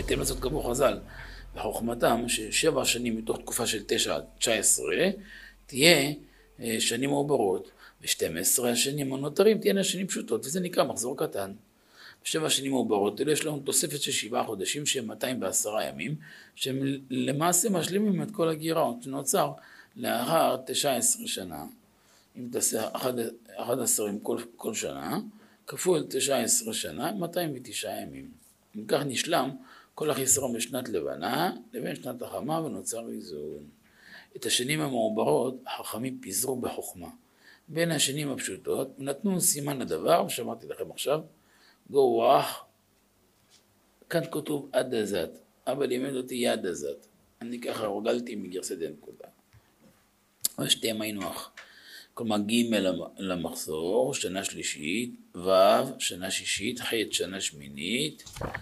בהתאם לעשות קבעו חז"ל. וחוכמתם ש7 שנים מתוך תקופה של 9 עד 19 תהיה שנים מעוברות, ו12 השנים הנותרים תהיינה שנים פשוטות, וזה נקרא מחזור קטן. 7 שנים מעוברות, יש לנו תוספת של 7 חודשים שהם 210 ימים, שהם למעשה משלימים את כל הגירעון שנוצר לאחר 19 שנה. אם תעשה 11 עם כל שנה, כפול 19 שנה, 209 ימים. אם כך נשלם כל החיסרון בשנת לבנה לבין שנת החמה ונוצר איזון. את השנים המעוברות החכמים פיזרו בחוכמה. בין השנים הפשוטות נתנו סימן לדבר, שאמרתי לכם עכשיו, גורח, כאן כתוב עד הזאת, אבא לימד אותי יד הזאת. אני ככה רוגלתי מגרסי דנקודה. ושתיהם היינו אח. כלומר ג' למחזור, שנה שלישית, ו' שנה שישית, ח' שנה שמינית,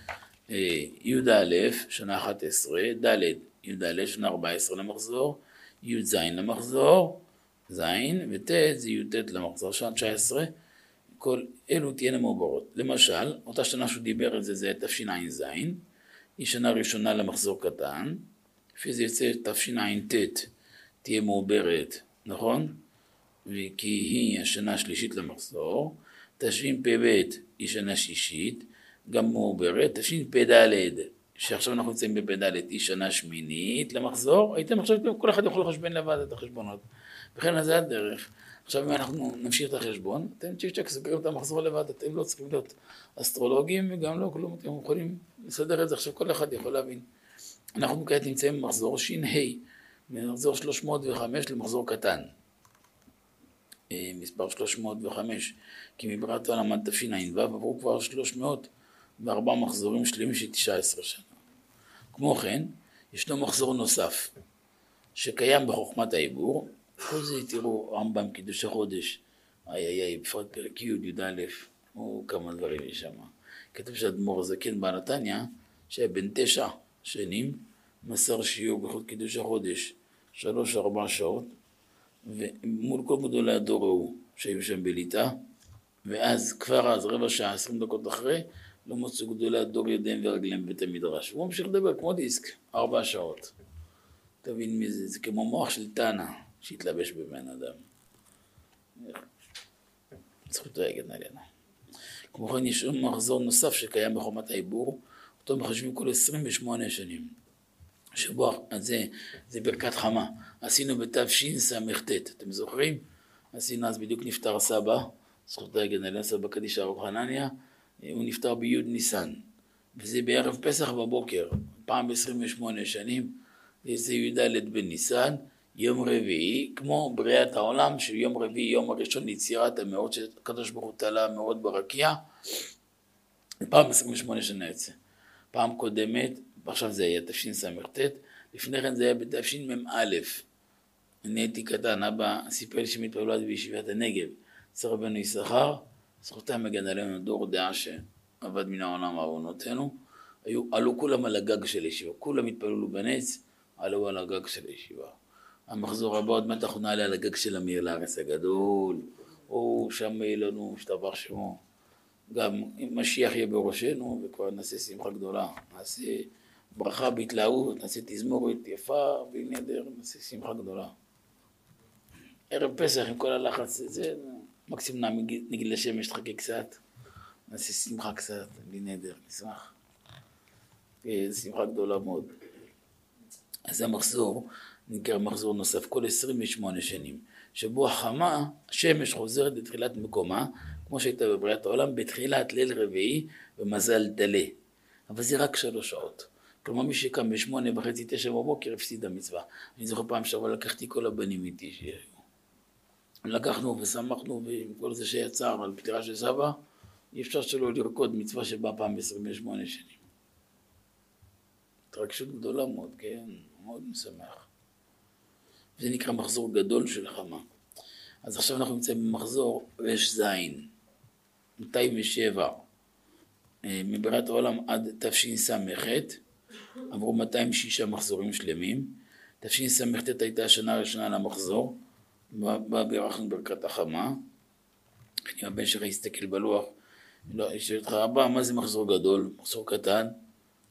י' שנה 11, ד' י' שנה 14 למחזור, י' ז' למחזור, ז' וט' זה י' ט' למחזור, שנה 19, כל אלו תהיינה מעוברות. למשל, אותה שנה שהוא דיבר על זה, זה תשע"ז, היא שנה ראשונה למחזור קטן, לפי זה יוצא תשע"ט תהיה מעוברת, נכון? כי היא השנה השלישית למחזור, תשפ"ב היא שנה שישית, גם מעוברת, תשפ"ד, שעכשיו אנחנו נמצאים בפ"ד, היא שנה שמינית למחזור, הייתם עכשיו, כל אחד יכול לחשבן לבד את החשבונות, וכן זה הדרך. עכשיו אם אנחנו נמשיך את החשבון, אתם צ'יק סוגרים את המחזור לבד, אתם לא צריכים להיות אסטרולוגים וגם לא כלום, אתם יכולים לסדר את זה, עכשיו כל אחד יכול להבין. אנחנו כעת נמצאים במחזור ש"ה, מחזור 305 למחזור קטן. מספר 305, כי מבריאת העולם עד תשע"ו עברו כבר 304 מחזורים שלמים של 19 שנה. כמו כן, ישנו מחזור נוסף, שקיים בחוכמת העיבור, כל זה תראו רמב"ם קידוש החודש, בפרט פרק י' י"א, או כמה דברים יש שם. כתוב שהאדמו"ר הזקן בעל התניא, שהיה בן 9 שנים, מסר שיעור בחוד קידוש החודש, 3-4 שעות, ומול כל גדולי הדור ההוא שהיו שם בליטה, ואז כבר אז רבע שעה, 20 דקות אחרי, לא מצאו גדולי הדור ידיהם ורגליהם בבית המדרש. הוא ממשיך לדבר כמו דיסק, 4 שעות. תבין מזה, זה כמו מוח של טענה שהתלבש בבן אדם. זכותו יגן עלינו. כמו כן יש מחזור נוסף שקיים בחומת העיבור, אותו מחשבים כל 28 שנים. שבו זה ברכת חמה. עשינו בתשס"ט, אתם זוכרים? עשינו אז בדיוק נפטר סבא, זכותו יגן עלינו, סבא קדישא הרב חנניה, הוא נפטר בי' ניסן, וזה בערב פסח בבוקר, פעם ב28 שנים, זה י"ד בניסן, יום רביעי, כמו בריאת העולם, שיום רביעי, יום הראשון ליצירת המאוד שהקדוש ברוך הוא תלה מאוד ברקיע, פעם 28 שנה יצא. פעם קודמת, עכשיו זה היה תשס"ט, לפני כן זה היה בתשמ"א. אני הייתי קטן, אבא סיפר לי שמתפללו אז בישיבת הנגב, אצל רבנו יששכר, זכותם מגן עלינו דור דעה שעבד מן העולם עוונותינו, עלו כולם על הגג של הישיבה, כולם התפללו בנץ, עלו על הגג של הישיבה. המחזור הבא עוד מעט אנחנו נעלה על הגג של אמיר לארץ הגדול, או שם יהיה לנו משתבח שמו, גם משיח יהיה בראשנו וכבר נעשה שמחה גדולה, נעשה ברכה בהתלהבות, נעשה תזמורת יפה ונדר, נעשה שמחה גדולה. ערב פסח עם כל הלחץ, זה מקסימום נגיד לשמש תחכה קצת, נעשה שמחה קצת, בלי נדר, נשמח. שמחה גדולה מאוד. אז המחזור נקרא מחזור נוסף, כל 28 שנים, שבו החמה, השמש חוזרת לתחילת מקומה, כמו שהייתה בבריאת העולם, בתחילת ליל רביעי במזל דלה. אבל זה רק 3 שעות. כלומר מי שקם ב8:30, 9 בבוקר הפסיד המצווה. אני זוכר פעם שעבר לקחתי כל הבנים איתי שהיו. לקחנו ושמחנו ועם כל זה שיצר על פטירה של סבא, אי אפשר שלא לרקוד מצווה שבאה פעם ב28 שנים. התרגשות גדולה מאוד, כן? מאוד משמח. זה נקרא מחזור גדול של חמה. אז עכשיו אנחנו נמצאים במחזור רש זין, 207, מבריאת העולם עד תשס"ח, עברו 206 מחזורים שלמים. תשס"ט הייתה השנה הראשונה למחזור, בה בירכנו ברכת החמה. אני הבן שלך הסתכל בלוח, לא, יש לך הבא, מה זה מחזור גדול? מחזור קטן?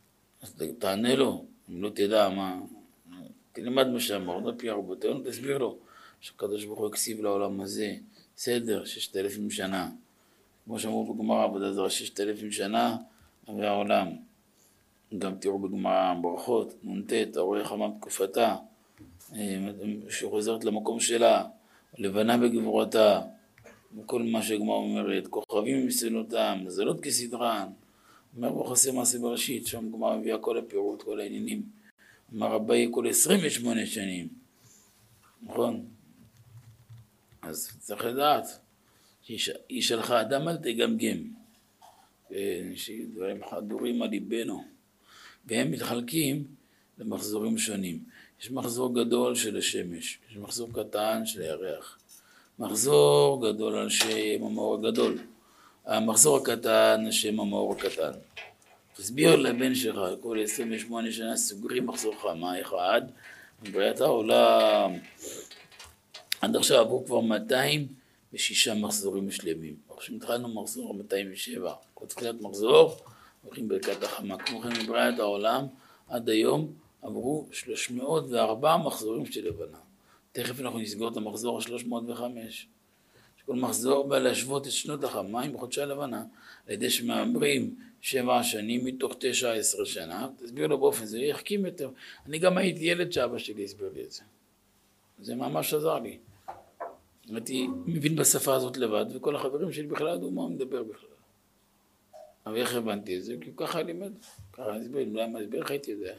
אז תענה לו, אם לא תדע מה, תלמד מה שאמרנו, פי רבותינו, תסביר לו שהקדוש ברוך הוא הקציב לעולם הזה סדר 6,000 שנה. כמו שאמרו בגמרא, עבודה זרה 6,000 שנה והעולם. גם תראו בגמרא ברכות, נ"ט, הרואה חמה בתקופתה, שחוזרת למקום שלה, לבנה בגבורתה, וכל מה שהגמרא אומרת, כוכבים מסלותם, נזלות כסדרן, אומר בחוסר מעשה בראשית, שם גמרא מביאה כל הפירוט, כל העניינים. אמר רבי כל 28 שנים, נכון? אז צריך לדעת, היא שלחה אדם אל תגמגם, שדברים חדורים על ליבנו, והם מתחלקים למחזורים שונים. יש מחזור גדול של השמש, יש מחזור קטן של הירח, מחזור גדול על שם המאור הגדול, המחזור הקטן שם המאור הקטן. תסביר לבן שלך, כל 28 שנה סוגרים מחזור חמה אחד, בבריאת העולם. עד עכשיו עברו כבר 206 מחזורים שלמים. עכשיו התחלנו מחזור 207. כל תחילת מחזור, הולכים ברכת החמה. כמו כן בבריאת העולם, עד היום עברו 304 מחזורים של לבנה. תכף אנחנו נסגור את המחזור 305. כל מחזור בא להשוות את שנות החמה עם חודשי הלבנה, על ידי שמעברים 7 שנים מתוך 19 שנה, תסביר לו באופן זה, יחכים יותר. אני גם הייתי ילד שאבא שלי הסביר לי את זה. זה ממש עזר לי. הייתי מבין בשפה הזאת לבד, וכל החברים שלי בכלל ידעו מה הוא מדבר בכלל. אבל איך הבנתי את זה? כי ככה לימד, ככה הסביר, למה הסביר, איך הייתי יודע.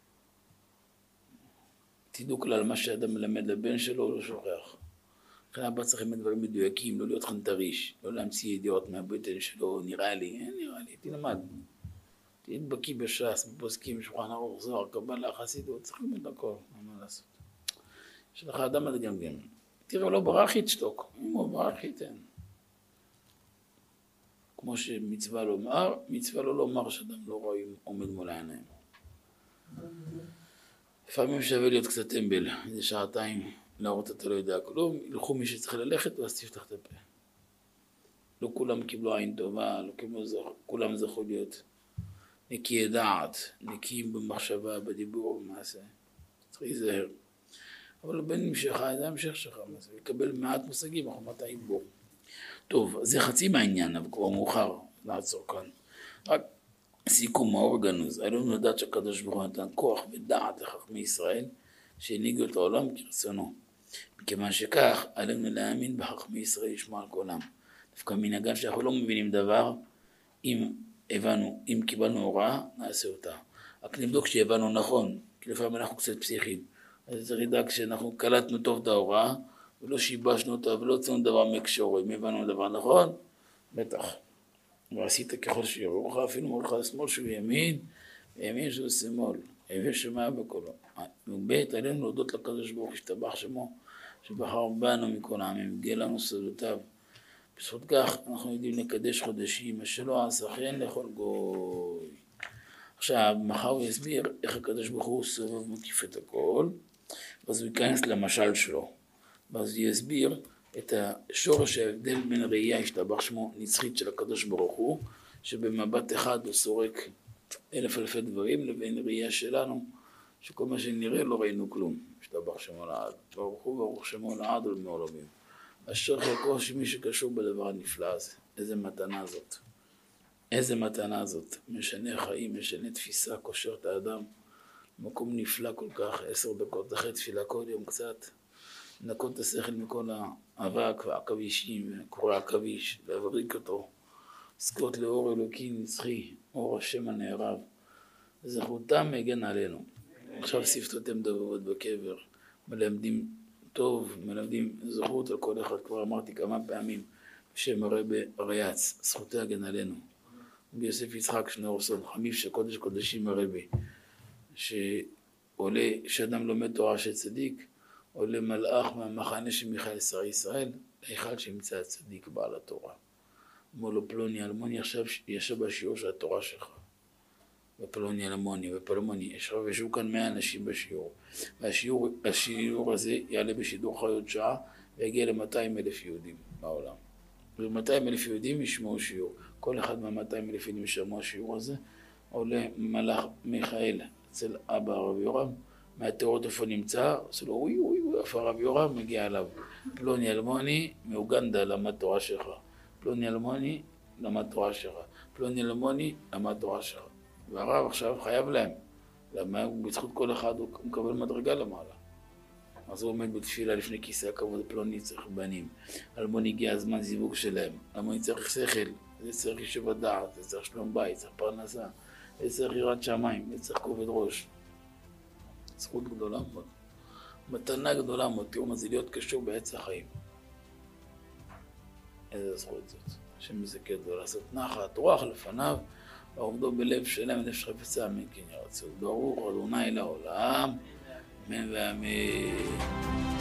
תדעו כלל מה שאדם מלמד לבן שלו, הוא לא שוכח. לכן הבא צריך ללמד דברים מדויקים, לא להיות חנטריש, לא להמציא ידיעות מהבטן שלו, נראה לי, אין נראה לי, תלמד. תהיה בקיא בש"ס, בפוסקים, שולחן ערוך, זוהר, קבלה, חסידות, צריך ללמוד הכל, מה לעשות. יש לך אדם לגמגם. תראה, לא ברח יתשתוק, אם הוא ברח ייתן. כמו שמצווה לומר, מצווה לא לומר שאדם לא רואה עומד מול העיניים. לפעמים שווה להיות קצת טמבל, איזה שעתיים. להראות אתה לא יודע כלום, ילכו מי שצריך ללכת ואז תפתח את הפה. לא כולם קיבלו עין טובה, לא קיבלו כולם זכו להיות נקי דעת, נקיים במחשבה, בדיבור, במעשה. צריך להיזהר. אבל בין המשך, זה המשך שלך, לקבל מעט מושגים, מחמת העיבור. טוב, זה חצי מהעניין, אבל כבר מאוחר לעצור כאן. רק סיכום האור גנוז, עלינו לדעת שהקדוש ברוך הוא נתן כוח ודעת לחכמי ישראל, שהנהיגו את העולם כרצונו. מכיוון שכך, עלינו להאמין בחכמי ישראל לשמוע על קולם. דווקא מנהגן שאנחנו לא מבינים דבר, אם קיבלנו הוראה, נעשה אותה. רק נבדוק שהבנו נכון, כי לפעמים אנחנו קצת פסיכיים. אז צריך לדאג שאנחנו קלטנו טוב את ההוראה, ולא שיבשנו אותה, ולא צאנו דבר מקשורו. אם הבנו דבר נכון, בטח. ועשית ככל שיראו לך, אפילו מורך לשמאל שהוא ימין, וימין שהוא שמאל. הווה שומע בקולו. ובית עלינו להודות לקדוש ברוך הוא השתבח שמו, שבחר בנו מכל העמים, הגיע לנו סודותיו. בזכות כך אנחנו יודעים לקדש חודשים, מה שלא עשה כן לכל גוי. עכשיו, מחר הוא יסביר איך הקדוש ברוך הוא סובב מקיף את הכל, ואז הוא ייכנס למשל שלו. ואז הוא יסביר את השורש ההבדל בין ראייה השתבח שמו נצחית של הקדוש ברוך הוא, שבמבט אחד הוא סורק אלפי דברים, לבין ראייה שלנו, שכל מה שנראה לא ראינו כלום. השתבח שמו לעד. ברוך הוא ברוך שמו לעד ולמעולמים. אשר חלקו שמי שקשור בדבר הנפלא הזה. איזה מתנה זאת. איזה מתנה זאת. משנה חיים, משנה תפיסה, קושר את האדם. מקום נפלא כל כך, 10 דקות אחרי תפילה כל יום קצת. לנקות את השכל מכל האבק והעכבישים וקורי העכביש, להבריק אותו. זכות לאור אלוקי נצחי, אור השם הנערב. זכותם מגן עלינו. עכשיו שפתותם דברות בקבר, מלמדים טוב, מלמדים זכות על כל אחד, כבר אמרתי כמה פעמים, בשם הרבי ריאץ, זכותי הגן עלינו. ביוסף יצחק שנורסון, חמיף שקודש קודשים הרבי, שעולה, שאדם לומד תורה של צדיק, עולה מלאך מהמחנה של מיכאל שרי ישראל, להיכל שימצא הצדיק בעל התורה. אמר לו פלוני אלמוני עכשיו ישב בשיעור של התורה שלך. ופלוני אלמוני ופלמוני, ישבו כאן 100 אנשים בשיעור. והשיעור הזה יעלה בשידור חי עוד שעה, ויגיע ל-200,000 יהודים בעולם. ו-200,000 יהודים ישמעו שיעור. כל אחד מה-200,000 יהודים ישמעו השיעור הזה, עולה מלאך מיכאל אצל אבא רב יורם, מהתיאוריות איפה נמצא, עושה לו אוי אוי אוי, איפה רב יורם מגיע אליו. פלוני אלמוני מאוגנדה למד תורה שלך, פלוני אלמוני למד תורה שלך, פלוני אלמוני למד תורה שלך. והרב עכשיו חייב להם, למה בזכות כל אחד הוא מקבל מדרגה למעלה. אז הוא עומד בתפילה לפני כיסא הכבוד, פלוני צריך בנים, אלמוני הגיע הזמן זיווג שלהם, אלמוני צריך שכל, זה צריך ישיבת דעת, זה צריך שלום בית, צריך פרנסה, זה צריך יראת שמיים, זה צריך כובד ראש. זכות גדולה מאוד, מתנה גדולה מאוד, תראו מה זה להיות קשור בעץ החיים. איזה זכות זאת, השם מזכה גדול, לעשות נחת, רוח לפניו, ועובדו בלב שלם ונפש חפצה, אמן כן יהיה רצון. ברוך ה' לעולם, אמן ואמן.